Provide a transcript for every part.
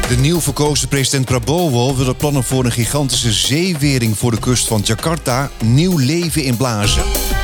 De nieuw verkozen president Prabowo wil de plannen voor een gigantische zeewering voor de kust van Jakarta nieuw leven inblazen.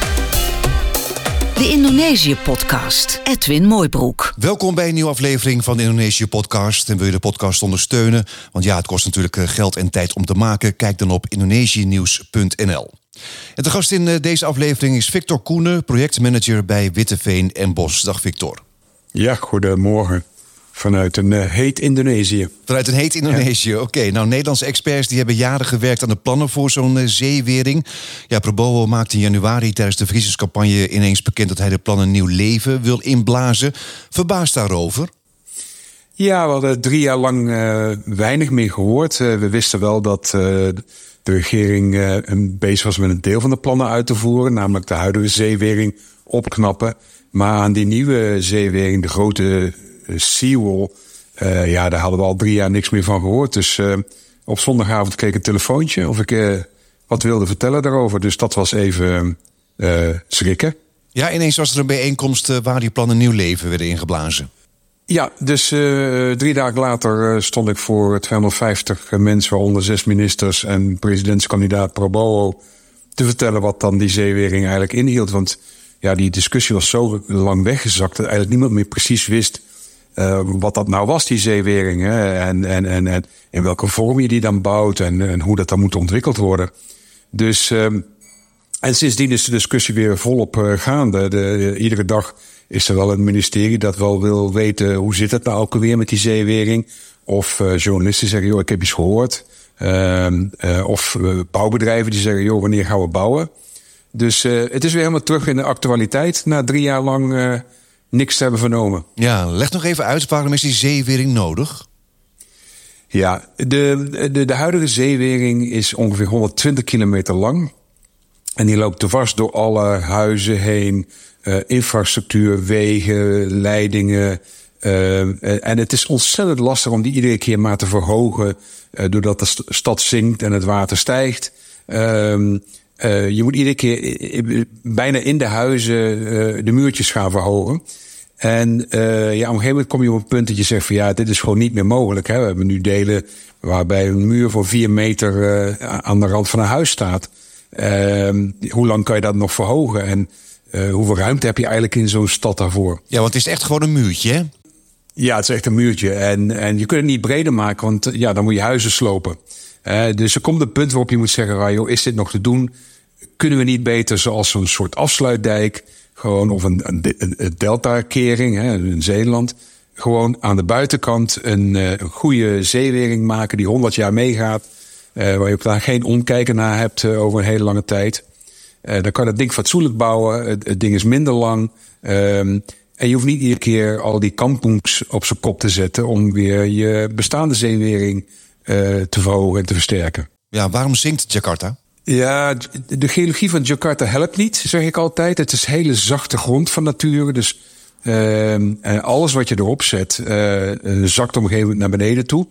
De Indonesië-podcast. Edwin Mooibroek. Welkom bij een nieuwe aflevering van de Indonesië-podcast. En wil je de podcast ondersteunen? Want ja, het kost natuurlijk geld en tijd om te maken. Kijk dan op indonesianieuws.nl. En de gast in deze aflevering is Victor Koenen, projectmanager bij Witteveen en Bos. Dag Victor. Ja, goedemorgen. Vanuit een heet Indonesië. Vanuit een heet Indonesië, ja. Oké. Nou, Nederlandse experts die hebben jaren gewerkt aan de plannen voor zo'n zeewering. Ja, Prabowo maakte in januari tijdens de verkiezingscampagne ineens bekend dat hij de plannen nieuw leven wil inblazen. Verbaasd daarover? Ja, we hadden 3 jaar lang weinig meer gehoord. We wisten wel dat de regering bezig was met een deel van de plannen uit te voeren, namelijk de huidige zeewering opknappen. Maar aan die nieuwe zeewering, de grote seawall, daar hadden we al 3 jaar niks meer van gehoord. Dus op zondagavond kreeg ik een telefoontje of ik wat wilde vertellen daarover. Dus dat was even schrikken. Ja, ineens was er een bijeenkomst waar die plannen nieuw leven werden ingeblazen. Ja, dus 3 dagen later stond ik voor 250 mensen, waaronder 6 ministers en presidentskandidaat Prabowo, te vertellen wat dan die zeewering eigenlijk inhield. Want ja, die discussie was zo lang weggezakt dat eigenlijk niemand meer precies wist wat dat nou was, die zeewering. Hè? En in welke vorm je die dan bouwt en hoe dat dan moet ontwikkeld worden. Dus, en sindsdien is de discussie weer volop gaande. Iedere dag is er wel een ministerie dat wel wil weten hoe zit het nou ook alweer met die zeewering. Of journalisten zeggen, joh, ik heb iets gehoord. Of bouwbedrijven die zeggen, joh, wanneer gaan we bouwen? Dus het is weer helemaal terug in de actualiteit na 3 jaar lang niks te hebben vernomen. Ja, leg nog even uit, waarom is die zeewering nodig? Ja, de huidige zeewering is ongeveer 120 kilometer lang. En die loopt dwars door alle huizen heen, infrastructuur, wegen, leidingen. En het is ontzettend lastig om die iedere keer maar te verhogen, doordat de stad zinkt en het water stijgt. Je moet iedere keer bijna in de huizen de muurtjes gaan verhogen. En op een gegeven moment kom je op een punt dat je zegt van ja, dit is gewoon niet meer mogelijk. Hè? We hebben nu delen waarbij een muur van 4 meter aan de rand van een huis staat. Hoe lang kan je dat nog verhogen? En hoeveel ruimte heb je eigenlijk in zo'n stad daarvoor? Ja, want het is echt gewoon een muurtje, hè? Ja, het is echt een muurtje. En je kunt het niet breder maken, want ja, dan moet je huizen slopen. Dus er komt een punt waarop je moet zeggen, joh, is dit nog te doen? Kunnen we niet beter zoals zo'n soort afsluitdijk, gewoon of een deltakering, in Zeeland, gewoon aan de buitenkant een goede zeewering maken die 100 jaar meegaat, waar je ook daar geen omkijken naar hebt over een hele lange tijd. Dan kan je dat ding fatsoenlijk bouwen, het ding is minder lang. En je hoeft niet iedere keer al die kampongs op zijn kop te zetten om weer je bestaande zeewering te verhogen en te versterken. Ja, waarom zinkt Jakarta? Ja, de geologie van Jakarta helpt niet, zeg ik altijd. Het is hele zachte grond van nature. Dus alles wat je erop zet, zakt op een gegeven moment naar beneden toe.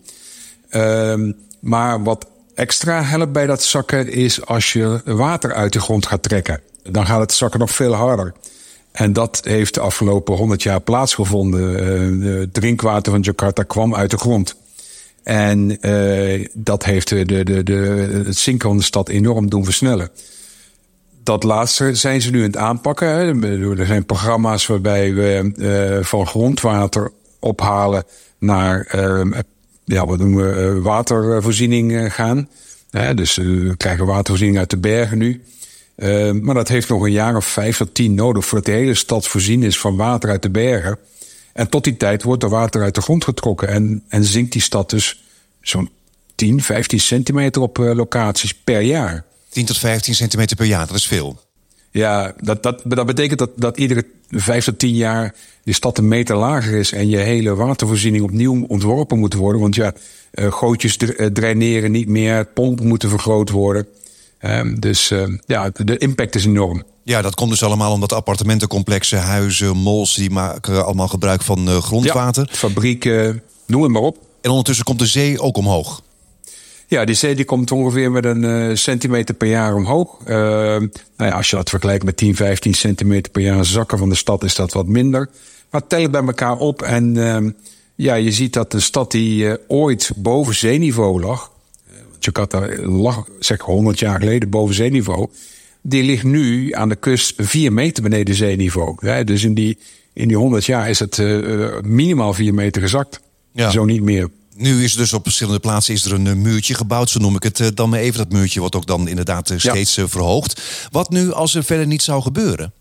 Maar wat extra helpt bij dat zakken is als je water uit de grond gaat trekken. Dan gaat het zakken nog veel harder. En dat heeft de afgelopen 100 jaar plaatsgevonden. Het drinkwater van Jakarta kwam uit de grond. En dat heeft het zinken van de stad enorm doen versnellen. Dat laatste zijn ze nu aan het aanpakken. Hè. Er zijn programma's waarbij we van grondwater ophalen naar wat noemen we watervoorziening gaan. Dus we krijgen watervoorziening uit de bergen nu. Maar dat heeft nog een jaar of 5 tot 10 nodig voordat de hele stad voorzien is van water uit de bergen. En tot die tijd wordt er water uit de grond getrokken. En zinkt die stad dus zo'n 10, 15 centimeter op locaties per jaar. 10 tot 15 centimeter per jaar, dat is veel. Ja, dat betekent dat iedere 5 tot 10 jaar die stad een meter lager is en je hele watervoorziening opnieuw ontworpen moet worden. Want ja, gootjes draineren niet meer, pompen moeten vergroot worden. Dus de impact is enorm. Ja, dat komt dus allemaal omdat appartementencomplexen, huizen, malls, die maken allemaal gebruik van grondwater. Ja, fabrieken, noem het maar op. En ondertussen komt de zee ook omhoog. Ja, die zee die komt ongeveer met een centimeter per jaar omhoog. Als je dat vergelijkt met 10, 15 centimeter per jaar zakken van de stad, is dat wat minder. Maar tel het bij elkaar op en Ja, je ziet dat de stad die ooit boven zeeniveau lag, Jakarta lag zeg 100 jaar geleden boven zeeniveau, die ligt nu aan de kust 4 meter beneden zeeniveau. Ja, dus in die 100 jaar is het minimaal 4 meter gezakt. Ja. Zo niet meer. Nu is dus op verschillende plaatsen is er een muurtje gebouwd, zo noem ik het dan maar even. Dat muurtje wordt ook dan inderdaad steeds verhoogd. Wat nu als er verder niet zou gebeuren?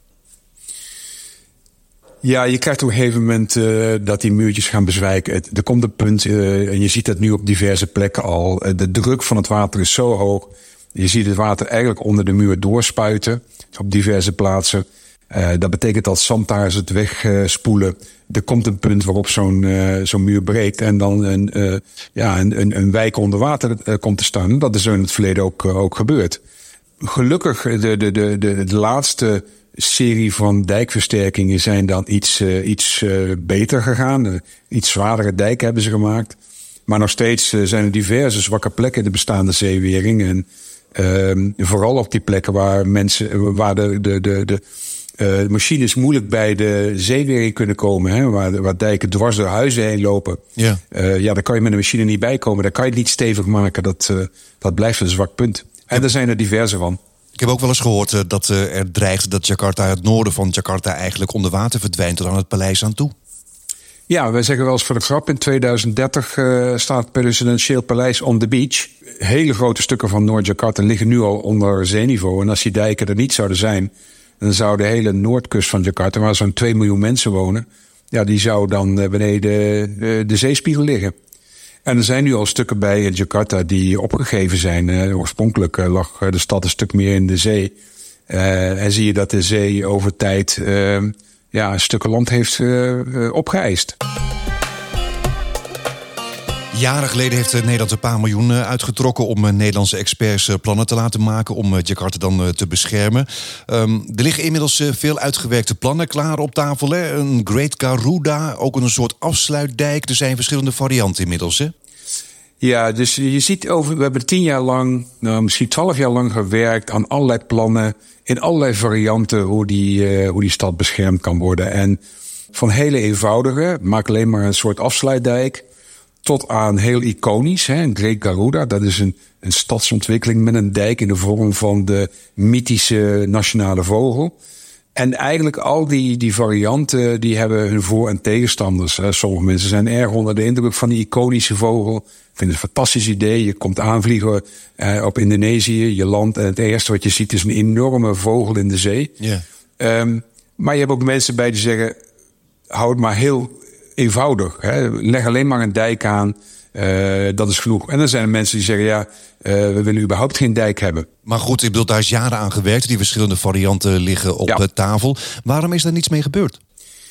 Ja, je krijgt op een gegeven moment dat die muurtjes gaan bezwijken. Er komt een punt, en je ziet dat nu op diverse plekken al. De druk van het water is zo hoog. Je ziet het water eigenlijk onder de muur doorspuiten op diverse plaatsen. Dat betekent dat zandtaars het wegspoelen. Er komt een punt waarop zo'n muur breekt en dan een wijk onder water komt te staan. Dat is in het verleden ook gebeurd. Gelukkig de laatste serie van dijkversterkingen zijn dan iets beter gegaan. Iets zwaardere dijken hebben ze gemaakt. Maar nog steeds zijn er diverse zwakke plekken in de bestaande zeewering. En vooral op die plekken waar de machines moeilijk bij de zeewering kunnen komen. Hè, waar dijken dwars door huizen heen lopen. Ja. Daar kan je met een machine niet bij komen. Daar kan je het niet stevig maken. Dat blijft een zwak punt. En daar zijn er diverse van. Ik heb ook wel eens gehoord dat er dreigt dat Jakarta, het noorden van Jakarta, eigenlijk onder water verdwijnt tot aan het paleis aan toe. Ja, wij zeggen wel eens voor de grap, in 2030 staat het presidentieel paleis on the beach. Hele grote stukken van Noord-Jakarta liggen nu al onder zeeniveau. En als die dijken er niet zouden zijn, dan zou de hele noordkust van Jakarta, waar zo'n 2 miljoen mensen wonen, ja, die zou dan beneden de zeespiegel liggen. En er zijn nu al stukken bij Jakarta die opgegeven zijn. Oorspronkelijk lag de stad een stuk meer in de zee. En zie je dat de zee over tijd stukken land heeft opgeëist. Jaren geleden heeft Nederland een paar miljoen uitgetrokken om Nederlandse experts plannen te laten maken om Jakarta dan te beschermen. Er liggen inmiddels veel uitgewerkte plannen klaar op tafel. Hè? Een Great Garuda, ook een soort afsluitdijk. Er zijn verschillende varianten inmiddels, hè? Ja, dus je ziet we hebben 10 jaar lang, misschien 12 jaar lang gewerkt aan allerlei plannen, in allerlei varianten hoe die stad beschermd kan worden. En van hele eenvoudige, maak alleen maar een soort afsluitdijk, tot aan heel iconisch, hè, een Great Garuda. Dat is een stadsontwikkeling met een dijk in de vorm van de mythische nationale vogel. En eigenlijk al die varianten, die hebben hun voor- en tegenstanders. Sommige mensen zijn erg onder de indruk van die iconische vogel. Vinden het een fantastisch idee. Je komt aanvliegen op Indonesië, je landt, en het eerste wat je ziet is een enorme vogel in de zee. Yeah. Maar je hebt ook mensen bij die zeggen, hou het maar heel eenvoudig. Hè. Leg alleen maar een dijk aan. Dat is genoeg. En dan zijn er mensen die zeggen, we willen überhaupt geen dijk hebben. Maar goed, ik bedoel, daar is jaren aan gewerkt. Die verschillende varianten liggen op de tafel. Waarom is daar niets mee gebeurd?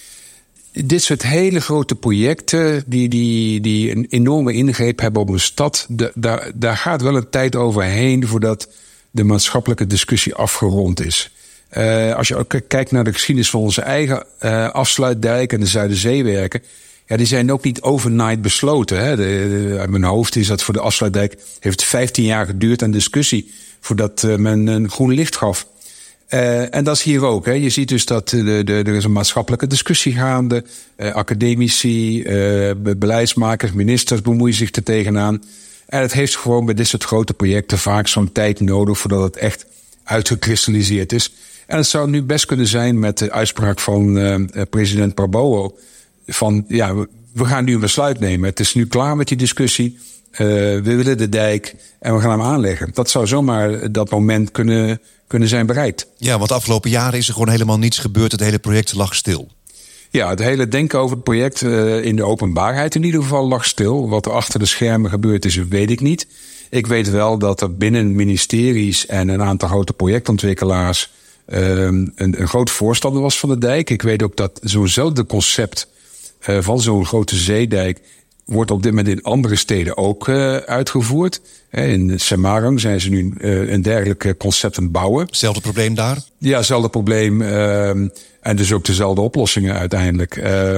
Dit soort hele grote projecten die een enorme ingreep hebben op een stad, daar gaat wel een tijd overheen voordat de maatschappelijke discussie afgerond is. Als je ook kijkt naar de geschiedenis van onze eigen afsluitdijk en de Zuiderzeewerken, ja, die zijn ook niet overnight besloten. Hè. Uit mijn hoofd is dat voor de afsluitdijk heeft 15 jaar geduurd aan discussie voordat men een groen licht gaf. En dat is hier ook. Hè. Je ziet dus dat er is een maatschappelijke discussie gaande. Academici, beleidsmakers, ministers bemoeien zich er tegenaan. En het heeft gewoon bij dit soort grote projecten vaak zo'n tijd nodig voordat het echt uitgekristalliseerd is. En het zou nu best kunnen zijn met de uitspraak van president Prabowo van, ja, we gaan nu een besluit nemen. Het is nu klaar met die discussie. We willen de dijk en we gaan hem aanleggen. Dat zou zomaar dat moment kunnen zijn bereikt. Ja, want de afgelopen jaren is er gewoon helemaal niets gebeurd. Het hele project lag stil. Ja, het hele denken over het project in de openbaarheid in ieder geval lag stil. Wat er achter de schermen gebeurd is, weet ik niet. Ik weet wel dat er binnen ministeries en een aantal grote projectontwikkelaars een groot voorstander was van de dijk. Ik weet ook dat zo'nzelfde concept van zo'n grote zeedijk wordt op dit moment in andere steden ook uitgevoerd. In Semarang zijn ze nu een dergelijk concept aan het bouwen. Hetzelfde probleem daar? Ja, hetzelfde probleem. En dus ook dezelfde oplossingen uiteindelijk.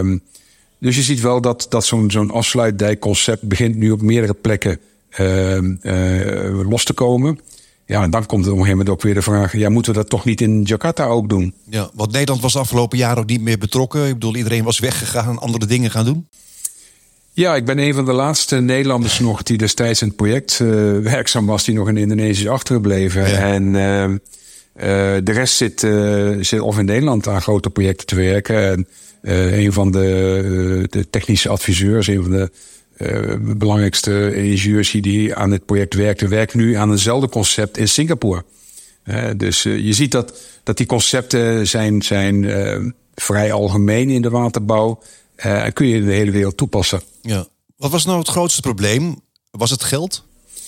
Dus je ziet wel dat zo'n afsluitdijkconcept begint nu op meerdere plekken los te komen. Ja, en dan komt er op een gegeven moment ook weer de vraag, ja, moeten we dat toch niet in Jakarta ook doen? Ja, want Nederland was de afgelopen jaren ook niet meer betrokken. Ik bedoel, iedereen was weggegaan en andere dingen gaan doen. Ja, ik ben een van de laatste Nederlanders nog die destijds in het project werkzaam was, die nog in Indonesië is achtergebleven. Ja. En de rest zit of in Nederland aan grote projecten te werken. En een van de technische adviseurs, een van de belangrijkste ingenieurs die aan dit project werkt nu aan eenzelfde concept in Singapore. Dus je ziet dat die concepten zijn vrij algemeen in de waterbouw. En kun je in de hele wereld toepassen. Ja. Wat was nou het grootste probleem? Was het geld?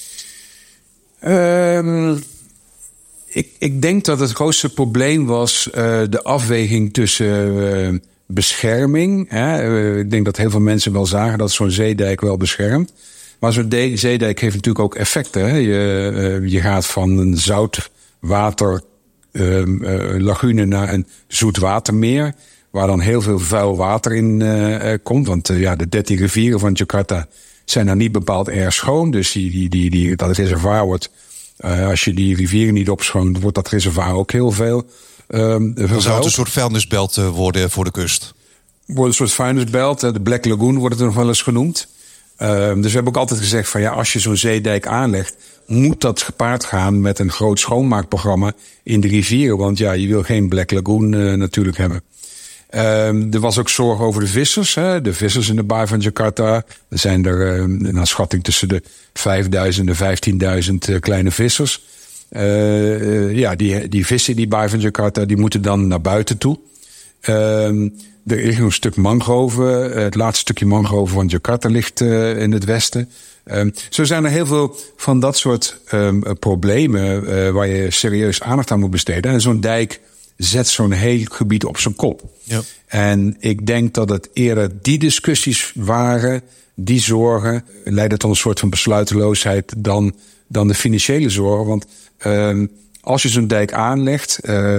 Ik denk dat het grootste probleem was de afweging tussen bescherming. Ik denk dat heel veel mensen wel zagen dat zo'n zeedijk wel beschermt. Maar zo'n zeedijk heeft natuurlijk ook effecten. Hè? Je gaat van een zoutwater lagune naar een zoetwatermeer, waar dan heel veel vuil water in komt. Want de 13 rivieren van Jakarta zijn dan niet bepaald erg schoon. Dus dat reservoir wordt, als je die rivieren niet opschoont, wordt dat reservoir ook heel veel dan zou het een soort vuilnisbelt worden voor de kust. Wordt een soort vuilnisbelt. De Black Lagoon wordt het nog wel eens genoemd. Dus we hebben ook altijd gezegd van als je zo'n zeedijk aanlegt, moet dat gepaard gaan met een groot schoonmaakprogramma in de rivieren. Want je wil geen Black Lagoon natuurlijk hebben. Er was ook zorg over de vissers. De vissers in de baai van Jakarta. Er zijn er naar schatting tussen de 5.000 en 15.000 kleine vissers. Die vissen in die baai van Jakarta, die moeten dan naar buiten toe. Er is een stuk mangrove. Het laatste stukje mangrove van Jakarta ligt in het westen. Zo zijn er heel veel van dat soort problemen waar je serieus aandacht aan moet besteden. En zo'n dijk zet zo'n heel gebied op zijn kop. Ja. En ik denk dat het eerder die discussies waren, die zorgen, leidde tot een soort van besluiteloosheid dan de financiële zorgen. Want als je zo'n dijk aanlegt,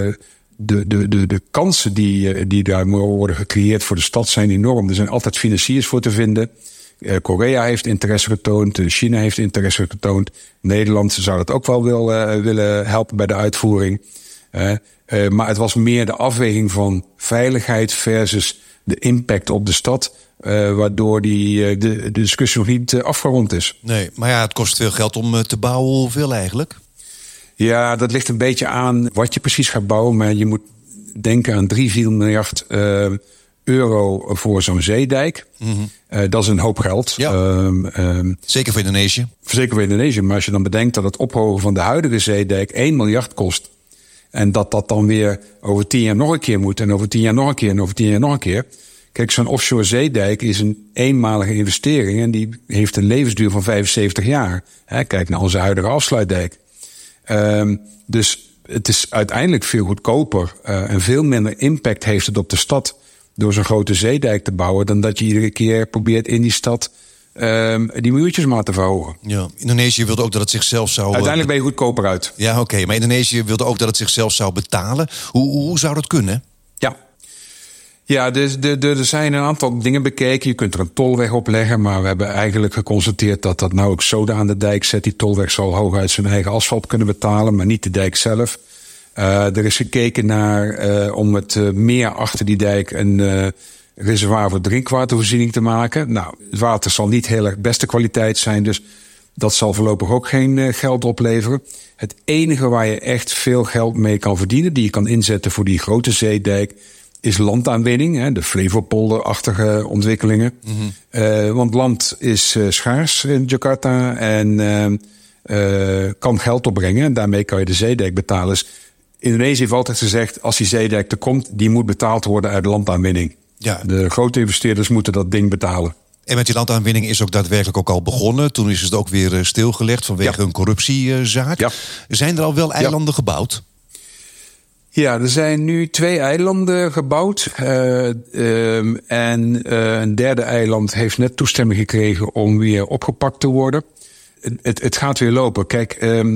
de kansen die daar worden gecreëerd voor de stad zijn enorm. Er zijn altijd financiers voor te vinden. Korea heeft interesse getoond, China heeft interesse getoond. Nederland zou dat ook wel willen helpen bij de uitvoering. Maar het was meer de afweging van veiligheid versus de impact op de stad, waardoor de discussie nog niet afgerond is. Nee, maar het kost veel geld om te bouwen. Hoeveel eigenlijk? Ja, dat ligt een beetje aan wat je precies gaat bouwen. Maar je moet denken aan 3-4 miljard euro voor zo'n zeedijk. Mm-hmm. Dat is een hoop geld. Ja. Zeker voor Indonesië. Zeker voor Indonesië. Maar als je dan bedenkt dat het ophogen van de huidige zeedijk 1 miljard kost. En dat dan weer over 10 jaar nog een keer moet. En over 10 jaar nog een keer. En over 10 jaar nog een keer. Kijk, zo'n offshore zeedijk is een eenmalige investering. En die heeft een levensduur van 75 jaar. Kijk naar onze huidige afsluitdijk. Dus het is uiteindelijk veel goedkoper. En veel minder impact heeft het op de stad door zo'n grote zeedijk te bouwen, dan dat je iedere keer probeert in die stad die muurtjes maar te verhogen. Ja, Indonesië wilde ook dat het zichzelf zou... Uiteindelijk ben je goedkoper uit. Ja, oké. Maar Indonesië wilde ook dat het zichzelf zou betalen. Hoe zou dat kunnen? Ja, er zijn een aantal dingen bekeken. Je kunt er een tolweg op leggen, maar we hebben eigenlijk geconstateerd dat nou ook zoden aan de dijk zet. Die tolweg zal hooguit zijn eigen asfalt kunnen betalen, maar niet de dijk zelf. Er is gekeken naar om het meer achter die dijk een reservoir voor drinkwatervoorziening te maken. Nou, het water zal niet heel erg beste kwaliteit zijn, dus dat zal voorlopig ook geen geld opleveren. Het enige waar je echt veel geld mee kan verdienen, die je kan inzetten voor die grote zeedijk, is landaanwinning, de Flevopolder-achtige ontwikkelingen. Mm-hmm. Want land is schaars in Jakarta en kan geld opbrengen. En daarmee kan je de zeedijk betalen. Dus Indonesië heeft altijd gezegd, als die zeedijk er komt, die moet betaald worden uit landaanwinning. Ja. De grote investeerders moeten dat ding betalen. En met die landaanwinning is ook daadwerkelijk ook al begonnen. Toen is het ook weer stilgelegd vanwege een corruptiezaak. Ja. Zijn er al wel eilanden gebouwd? Ja, er zijn nu 2 eilanden gebouwd. En een derde eiland heeft net toestemming gekregen om weer opgepakt te worden. Het gaat weer lopen. Kijk,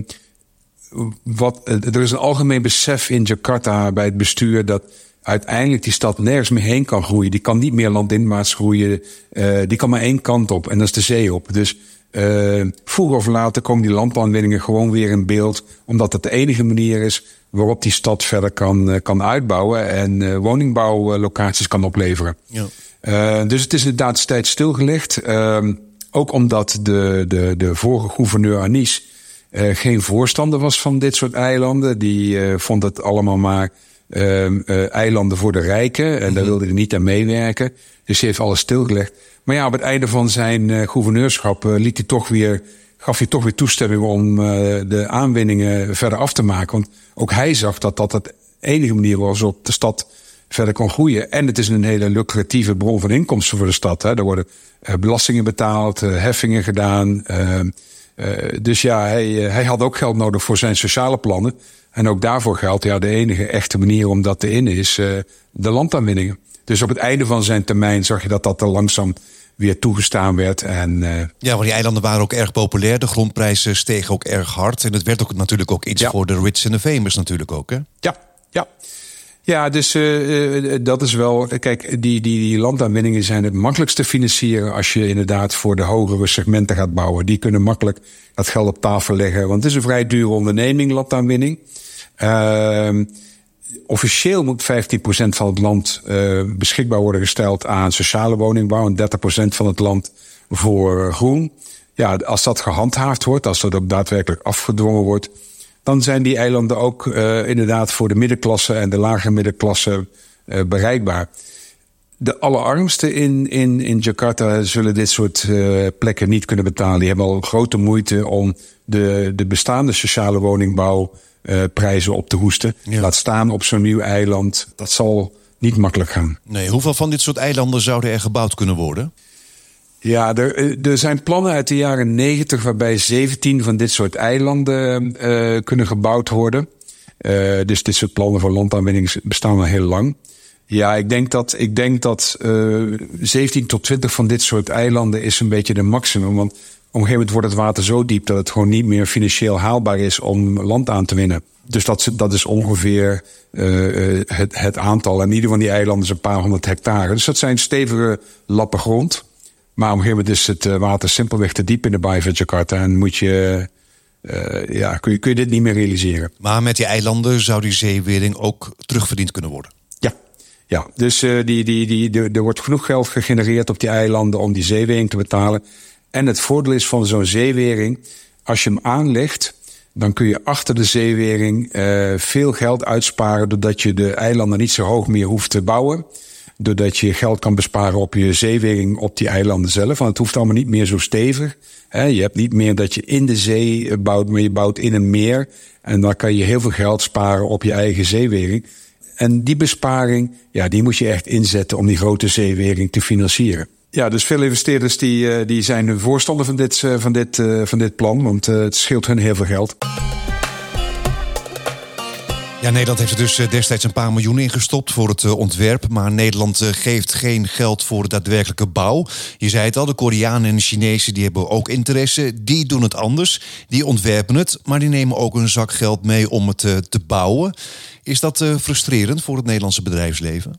er is een algemeen besef in Jakarta bij het bestuur dat uiteindelijk die stad nergens meer heen kan groeien. Die kan niet meer landinwaarts groeien. Die kan maar 1 kant op en dat is de zee op. Dus vroeger of later komen die landaanwinningen gewoon weer in beeld, omdat het de enige manier is waarop die stad verder kan uitbouwen en woningbouwlocaties kan opleveren. Ja. Dus het is inderdaad steeds stilgelegd. Ook omdat de vorige gouverneur Anis geen voorstander was van dit soort eilanden. Die vond het allemaal maar eilanden voor de rijken. En daar wilde hij niet aan meewerken. Dus hij heeft alles stilgelegd. Maar ja, op het einde van zijn gouverneurschap gaf hij toch weer toestemming om de aanwinningen verder af te maken. Want ook hij zag dat dat het enige manier was waarop de stad verder kon groeien. En het is een hele lucratieve bron van inkomsten voor de stad. Hè. Er worden belastingen betaald, heffingen gedaan. Dus ja, hij had ook geld nodig voor zijn sociale plannen. En ook daarvoor geldt, de enige echte manier om dat te innen is de landaanwinningen. Dus op het einde van zijn termijn zag je dat er langzaam weer toegestaan werd. Ja, want die eilanden waren ook erg populair. De grondprijzen stegen ook erg hard. En het werd ook natuurlijk ook iets voor de rich en de famous natuurlijk ook, hè? Ja. Ja, dus dat is wel... Kijk, die landaanwinningen zijn het makkelijkst te financieren als je inderdaad voor de hogere segmenten gaat bouwen. Die kunnen makkelijk dat geld op tafel leggen. Want het is een vrij dure onderneming, landaanwinning. Officieel moet 15% van het land beschikbaar worden gesteld aan sociale woningbouw en 30% van het land voor groen. Ja, als dat gehandhaafd wordt, als dat ook daadwerkelijk afgedwongen wordt, dan zijn die eilanden ook inderdaad voor de middenklasse en de lage middenklasse bereikbaar. De allerarmsten in Jakarta zullen dit soort plekken niet kunnen betalen. Die hebben al grote moeite om de bestaande sociale woningbouwprijzen op te hoesten. Ja. Laat staan op zo'n nieuw eiland. Dat zal niet makkelijk gaan. Nee, hoeveel van dit soort eilanden zouden er gebouwd kunnen worden? Ja, er zijn plannen uit de jaren 90 waarbij 17 van dit soort eilanden kunnen gebouwd worden. Dus dit soort plannen voor landaanwinning bestaan al heel lang. Ja, ik denk dat 17 tot 20 van dit soort eilanden is een beetje de maximum. Want op een gegeven moment wordt het water zo diep dat het gewoon niet meer financieel haalbaar is om land aan te winnen. Dus dat is ongeveer het aantal. En ieder van die eilanden is een paar honderd hectare. Dus dat zijn stevige lappen grond. Maar op een gegeven moment is het water simpelweg te diep in de baai van Jakarta. En kun je dit niet meer realiseren. Maar met die eilanden zou die zeewering ook terugverdiend kunnen worden? Ja, dus er wordt genoeg geld gegenereerd op die eilanden om die zeewering te betalen. En het voordeel is van zo'n zeewering, als je hem aanlegt, dan kun je achter de zeewering veel geld uitsparen, doordat je de eilanden niet zo hoog meer hoeft te bouwen. Doordat je geld kan besparen op je zeewering op die eilanden zelf. Want het hoeft allemaal niet meer zo stevig. Je hebt niet meer dat je in de zee bouwt, maar je bouwt in een meer. En dan kan je heel veel geld sparen op je eigen zeewering. En die besparing, die moet je echt inzetten om die grote zeewering te financieren. Ja, dus veel investeerders die zijn voorstander van dit plan, want het scheelt hun heel veel geld. Ja, Nederland heeft er dus destijds een paar miljoen ingestopt voor het ontwerp. Maar Nederland geeft geen geld voor de daadwerkelijke bouw. Je zei het al, de Koreanen en de Chinezen die hebben ook interesse. Die doen het anders. Die ontwerpen het, maar die nemen ook een zak geld mee om het te bouwen. Is dat frustrerend voor het Nederlandse bedrijfsleven?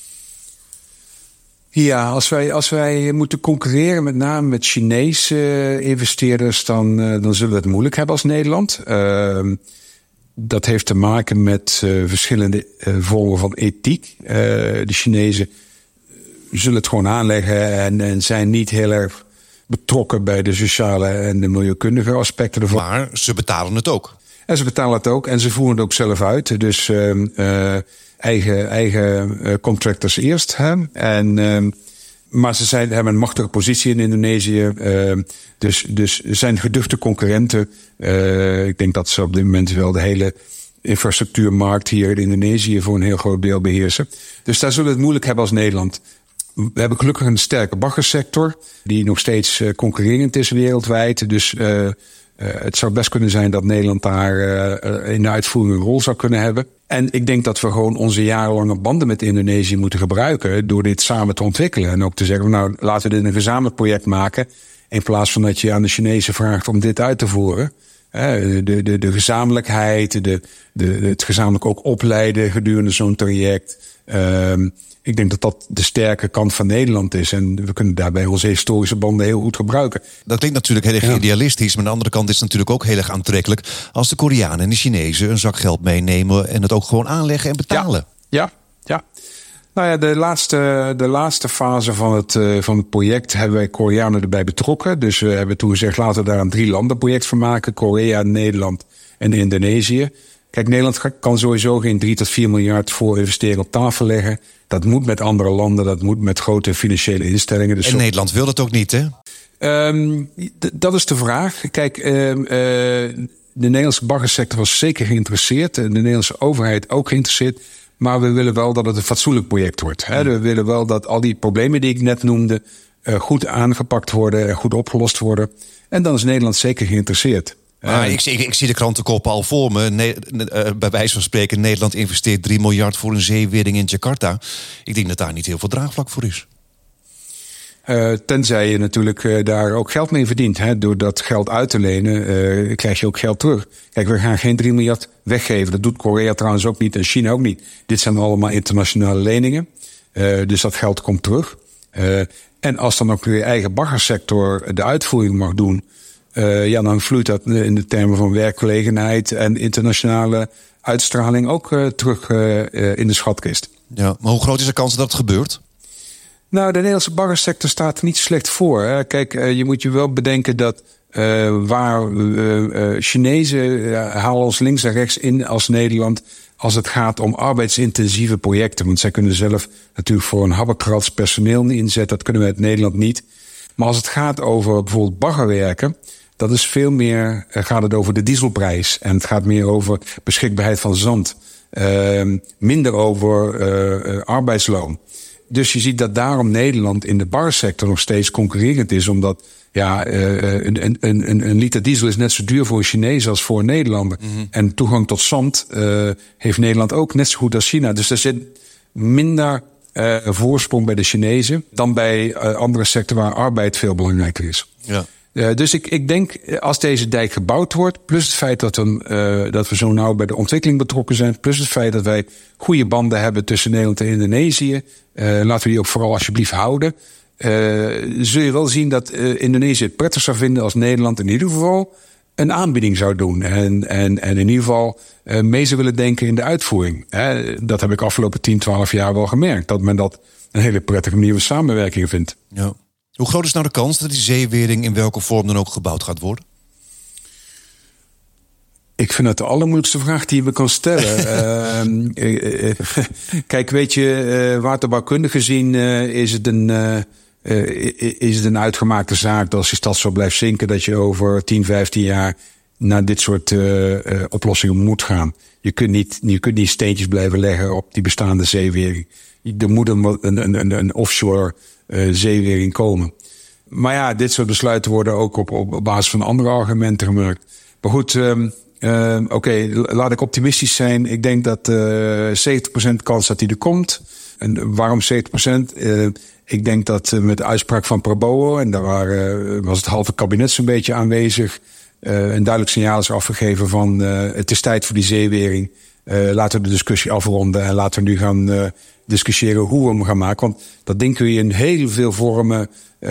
Ja, als wij moeten concurreren met name met Chinese investeerders, dan zullen we het moeilijk hebben als Nederland. Dat heeft te maken met verschillende vormen van ethiek. De Chinezen zullen het gewoon aanleggen en zijn niet heel erg betrokken bij de sociale en de milieukundige aspecten ervan. Maar ze betalen het ook. En ze betalen het ook en ze voeren het ook zelf uit. Dus eigen contractors eerst. Hè? Maar ze hebben een machtige positie in Indonesië. Dus zijn geduchte concurrenten. Ik denk dat ze op dit moment wel de hele infrastructuurmarkt hier in Indonesië voor een heel groot deel beheersen. Dus daar zullen we het moeilijk hebben als Nederland. We hebben gelukkig een sterke baggersector die nog steeds concurrerend is wereldwijd. Dus het zou best kunnen zijn dat Nederland daar in de uitvoering een rol zou kunnen hebben. En ik denk dat we gewoon onze jarenlange banden met Indonesië moeten gebruiken door dit samen te ontwikkelen. En ook te zeggen, nou, laten we dit een gezamenlijk project maken. In plaats van dat je aan de Chinezen vraagt om dit uit te voeren. De gezamenlijkheid, het gezamenlijk ook opleiden gedurende zo'n traject. Ik denk dat dat de sterke kant van Nederland is. En we kunnen daarbij onze historische banden heel goed gebruiken. Dat klinkt natuurlijk heel erg idealistisch. Maar aan de andere kant is het natuurlijk ook heel erg aantrekkelijk als de Koreanen en de Chinezen een zak geld meenemen en het ook gewoon aanleggen en betalen. Ja. Nou ja, de laatste fase van het project hebben wij Koreanen erbij betrokken. Dus we hebben toen gezegd, laten we daar een 3-landenproject van maken. Korea, Nederland en Indonesië. Kijk, Nederland kan sowieso geen 3 tot 4 miljard voor investeren op tafel leggen. Dat moet met andere landen, dat moet met grote financiële instellingen. Dus en Nederland wil dat ook niet, hè? Dat is de vraag. Kijk, de Nederlandse baggersector was zeker geïnteresseerd. De Nederlandse overheid ook geïnteresseerd. Maar we willen wel dat het een fatsoenlijk project wordt. Hè? We willen wel dat al die problemen die ik net noemde goed aangepakt worden en goed opgelost worden. En dan is Nederland zeker geïnteresseerd. Maar ik zie de krantenkoppen al voor me. Bij wijze van spreken, Nederland investeert 3 miljard voor een zeewering in Jakarta. Ik denk dat daar niet heel veel draagvlak voor is. Tenzij je natuurlijk daar ook geld mee verdient. Hè? Door dat geld uit te lenen krijg je ook geld terug. Kijk, we gaan geen 3 miljard weggeven. Dat doet Korea trouwens ook niet en China ook niet. Dit zijn allemaal internationale leningen. Dus dat geld komt terug. En als dan ook je eigen baggersector de uitvoering mag doen, dan vloeit dat in de termen van werkgelegenheid en internationale uitstraling ook terug in de schatkist. Ja, maar hoe groot is de kans dat het gebeurt? Nou, de Nederlandse baggersector staat er niet slecht voor. Hè. Kijk, je moet je wel bedenken dat waar Chinezen halen ons links en rechts in als Nederland als het gaat om arbeidsintensieve projecten. Want zij kunnen zelf natuurlijk voor een habbekrats personeel inzetten. Dat kunnen we uit Nederland niet. Maar als het gaat over bijvoorbeeld baggerwerken, dat is veel meer, gaat het over de dieselprijs. En het gaat meer over beschikbaarheid van zand. Minder over arbeidsloon. Dus je ziet dat daarom Nederland in de baggersector nog steeds concurrerend is. Omdat een liter diesel is net zo duur voor een Chinees als voor een Nederlander. Mm-hmm. En toegang tot zand heeft Nederland ook net zo goed als China. Dus er zit minder voorsprong bij de Chinezen dan bij andere sectoren waar arbeid veel belangrijker is. Ja. Dus ik denk, als deze dijk gebouwd wordt, plus het feit dat we zo nauw bij de ontwikkeling betrokken zijn, plus het feit dat wij goede banden hebben tussen Nederland en Indonesië, laten we die ook vooral alsjeblieft houden, zul je wel zien dat Indonesië het prettig zou vinden als Nederland in ieder geval een aanbieding zou doen. En in ieder geval mee zou willen denken in de uitvoering. Dat heb ik afgelopen 10, 12 jaar wel gemerkt, dat men dat een hele prettige manier van samenwerking vindt. Ja. Hoe groot is nou de kans dat die zeewering in welke vorm dan ook gebouwd gaat worden? Ik vind het de allermoeilijkste vraag die je me kan stellen. Kijk, weet je, waterbouwkundig gezien is het een uitgemaakte zaak dat als die stad zo blijft zinken, dat je over 10, 15 jaar naar dit soort oplossingen moet gaan. Je kunt niet steentjes blijven leggen op die bestaande zeewering. Er moet een offshore zeewering komen. Maar ja, dit soort besluiten worden ook op basis van andere argumenten gemaakt. Maar goed, oké, laat ik optimistisch zijn. Ik denk dat 70% kans dat die er komt. En waarom 70%? Ik denk dat met de uitspraak van Prabowo, en daar was het halve kabinet zo'n beetje aanwezig, een duidelijk signaal is afgegeven van het is tijd voor die zeewering. Laten we de discussie afronden en laten we nu gaan discussiëren hoe we hem gaan maken. Want dat ding kun je in heel veel vormen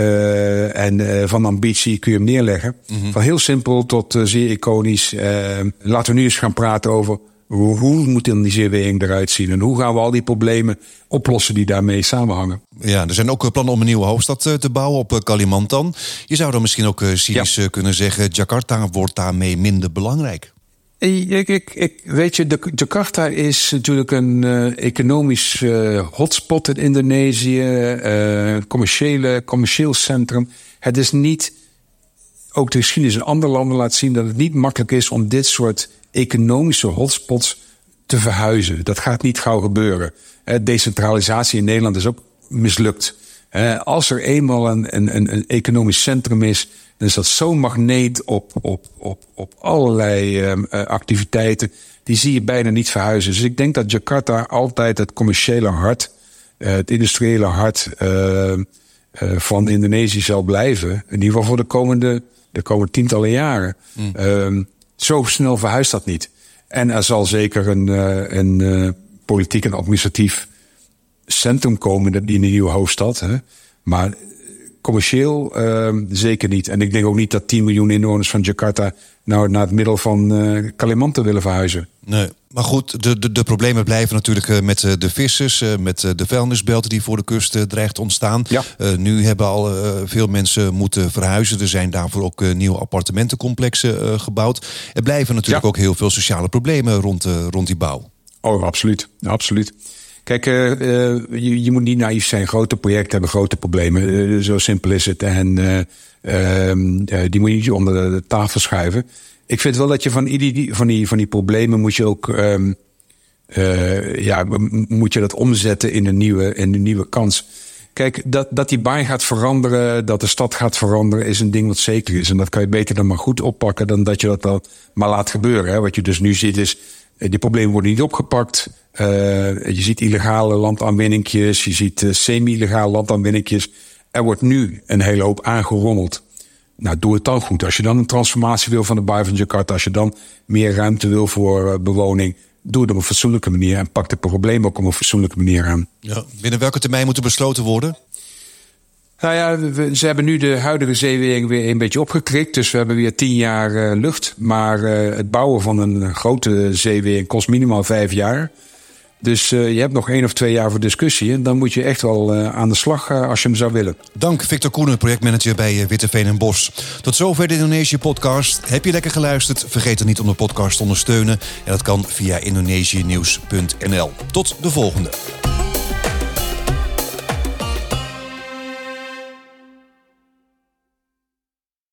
en van ambitie kun je hem neerleggen. Mm-hmm. Van heel simpel tot zeer iconisch. Laten we nu eens gaan praten over hoe moet die zeewering eruit zien en hoe gaan we al die problemen oplossen die daarmee samenhangen. Ja, er zijn ook plannen om een nieuwe hoofdstad te bouwen op Kalimantan. Je zou dan misschien ook cynisch kunnen zeggen, Jakarta wordt daarmee minder belangrijk. Weet je, Jakarta is natuurlijk een economisch hotspot in Indonesië, commercieel centrum. Het is niet, ook de geschiedenis in andere landen laat zien dat het niet makkelijk is om dit soort economische hotspots te verhuizen. Dat gaat niet gauw gebeuren. Decentralisatie in Nederland is ook mislukt. Als er eenmaal een economisch centrum is, dan is dat zo'n magneet op allerlei activiteiten. Die zie je bijna niet verhuizen. Dus ik denk dat Jakarta altijd het commerciële hart, het industriële hart van Indonesië zal blijven. In ieder geval voor de komende tientallen jaren. Zo snel verhuist dat niet. En er zal zeker een politiek en administratief centrum komen in de nieuwe hoofdstad. Hè? Maar commercieel zeker niet. En ik denk ook niet dat 10 miljoen inwoners van Jakarta nou naar het middel van Kalimantan willen verhuizen. Nee, maar goed, de problemen blijven natuurlijk met de vissers, met de vuilnisbelten die voor de kust dreigt te ontstaan. Ja. Nu hebben al veel mensen moeten verhuizen. Er zijn daarvoor ook nieuwe appartementencomplexen gebouwd. Er blijven natuurlijk ook heel veel sociale problemen rond die bouw. Oh, absoluut. Absoluut. Kijk, je moet niet naïef zijn. Grote projecten hebben grote problemen. Zo simpel is het. En die moet je niet onder de tafel schuiven. Ik vind wel dat je van die problemen moet je ook moet je dat omzetten in een nieuwe kans. Kijk, dat die baai gaat veranderen, dat de stad gaat veranderen, is een ding wat zeker is. En dat kan je beter dan maar goed oppakken dan dat je dat dan maar laat gebeuren. Hè. Wat je dus nu ziet is, die problemen worden niet opgepakt. Je ziet illegale landaanwinningjes, je ziet semi-illegale landaanwinningjes. Er wordt nu een hele hoop aangerommeld. Nou, doe het dan goed. Als je dan een transformatie wil van de baai van Jakarta, als je dan meer ruimte wil voor bewoning, doe het op een fatsoenlijke manier en pak de problemen ook op een fatsoenlijke manier aan. Ja. Binnen welke termijn moet er besloten worden? Nou ja, ze hebben nu de huidige zeewering weer een beetje opgekrikt. Dus we hebben weer 10 jaar lucht. Maar het bouwen van een grote zeewering kost minimaal 5 jaar. Dus je hebt nog 1 of 2 jaar voor discussie. En dan moet je echt wel aan de slag als je hem zou willen. Dank Victor Koenen, projectmanager bij Witteveen en Bos. Tot zover de Indonesië-podcast. Heb je lekker geluisterd? Vergeet dan niet om de podcast te ondersteunen. En dat kan via indonesianieuws.nl. Tot de volgende.